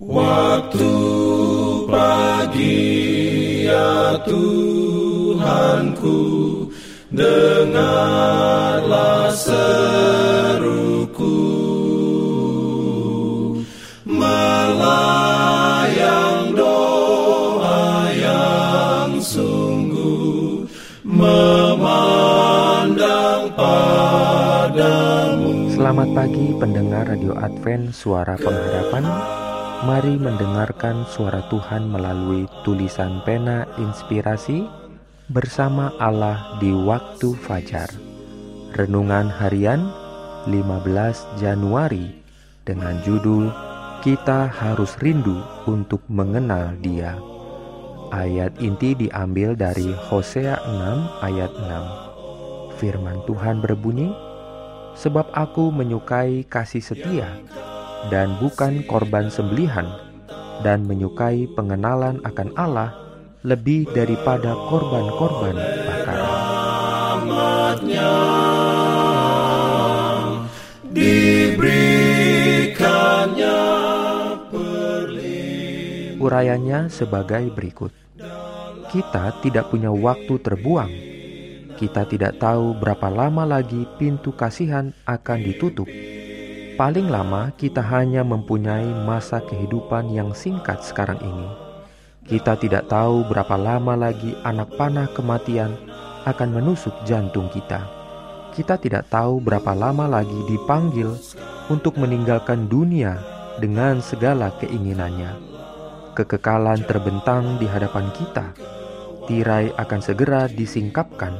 Waktu pagi ya Tuhanku, dengarlah seruku, melayang doa yang sungguh, memandang padamu. Selamat pagi pendengar Radio Advent Suara Pengharapan. Mari mendengarkan suara Tuhan melalui tulisan pena inspirasi bersama Allah di waktu fajar. Renungan harian 15 Januari dengan judul Kita Harus Rindu untuk Mengenal Dia. Ayat inti diambil dari Hosea 6 ayat 6. Firman Tuhan berbunyi, "Sebab aku menyukai kasih setia dan bukan korban sembelihan, dan menyukai pengenalan akan Allah lebih daripada korban-korban bakaran." Urayanya sebagai berikut. Kita tidak punya waktu terbuang. Kita tidak tahu berapa lama lagi pintu kasihan akan ditutup. Paling lama kita hanya mempunyai masa kehidupan yang singkat sekarang ini. Kita tidak tahu berapa lama lagi anak panah kematian akan menusuk jantung kita. Kita tidak tahu berapa lama lagi dipanggil untuk meninggalkan dunia dengan segala keinginannya. Kekekalan terbentang di hadapan kita. Tirai akan segera disingkapkan.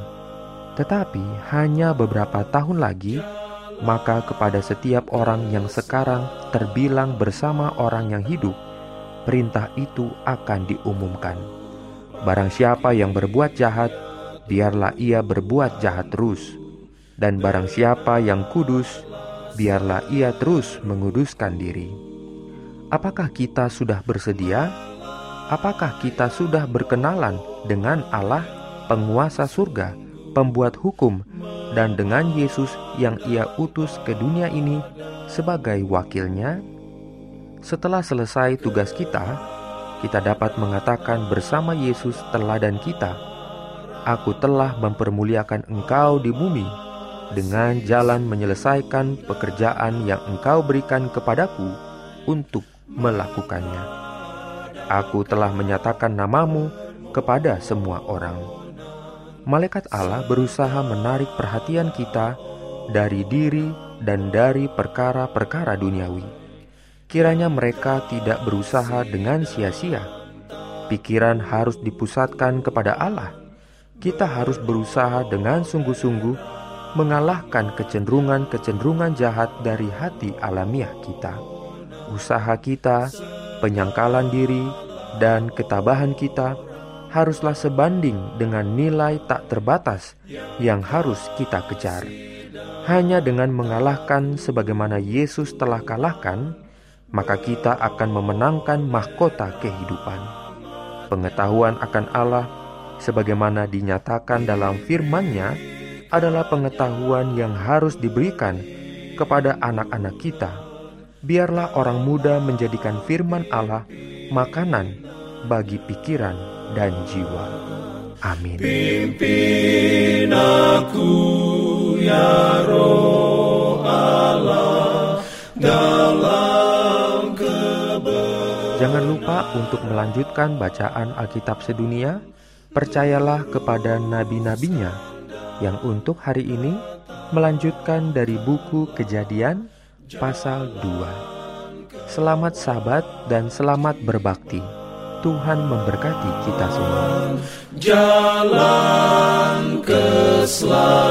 Tetapi hanya beberapa tahun lagi, maka kepada setiap orang yang sekarang terbilang bersama orang yang hidup, perintah itu akan diumumkan. Barang siapa yang berbuat jahat, biarlah ia berbuat jahat terus. Dan barang siapa yang kudus, biarlah ia terus menguduskan diri. Apakah kita sudah bersedia? Apakah kita sudah berkenalan dengan Allah, penguasa surga, pembuat hukum, dan dengan Yesus yang Ia utus ke dunia ini sebagai wakilnya? Setelah selesai tugas kita dapat mengatakan bersama Yesus teladan kita, "Aku telah mempermuliakan engkau di bumi dengan jalan menyelesaikan pekerjaan yang engkau berikan kepadaku untuk melakukannya. Aku telah menyatakan namamu kepada semua orang." Malaikat Allah berusaha menarik perhatian kita dari diri dan dari perkara-perkara duniawi. Kiranya mereka tidak berusaha dengan sia-sia. Pikiran harus dipusatkan kepada Allah. Kita harus berusaha dengan sungguh-sungguh mengalahkan kecenderungan-kecenderungan jahat dari hati alamiah kita. Usaha kita, penyangkalan diri, dan ketabahan kita haruslah sebanding dengan nilai tak terbatas yang harus kita kejar. Hanya dengan mengalahkan sebagaimana Yesus telah kalahkan, maka kita akan memenangkan mahkota kehidupan. Pengetahuan akan Allah sebagaimana dinyatakan dalam firman-Nya adalah pengetahuan yang harus diberikan kepada anak-anak kita. Biarlah orang muda menjadikan firman Allah makanan bagi pikiran dan jiwa. Amin. Pimpin aku ya Roh Allah dalam kebenaran. Jangan lupa untuk melanjutkan bacaan Alkitab sedunia. Percayalah kepada nabi-nabinya yang untuk hari ini melanjutkan dari buku Kejadian pasal 2. Selamat Sabat dan selamat berbakti. Tuhan memberkati kita semua. Jalan keselamatan.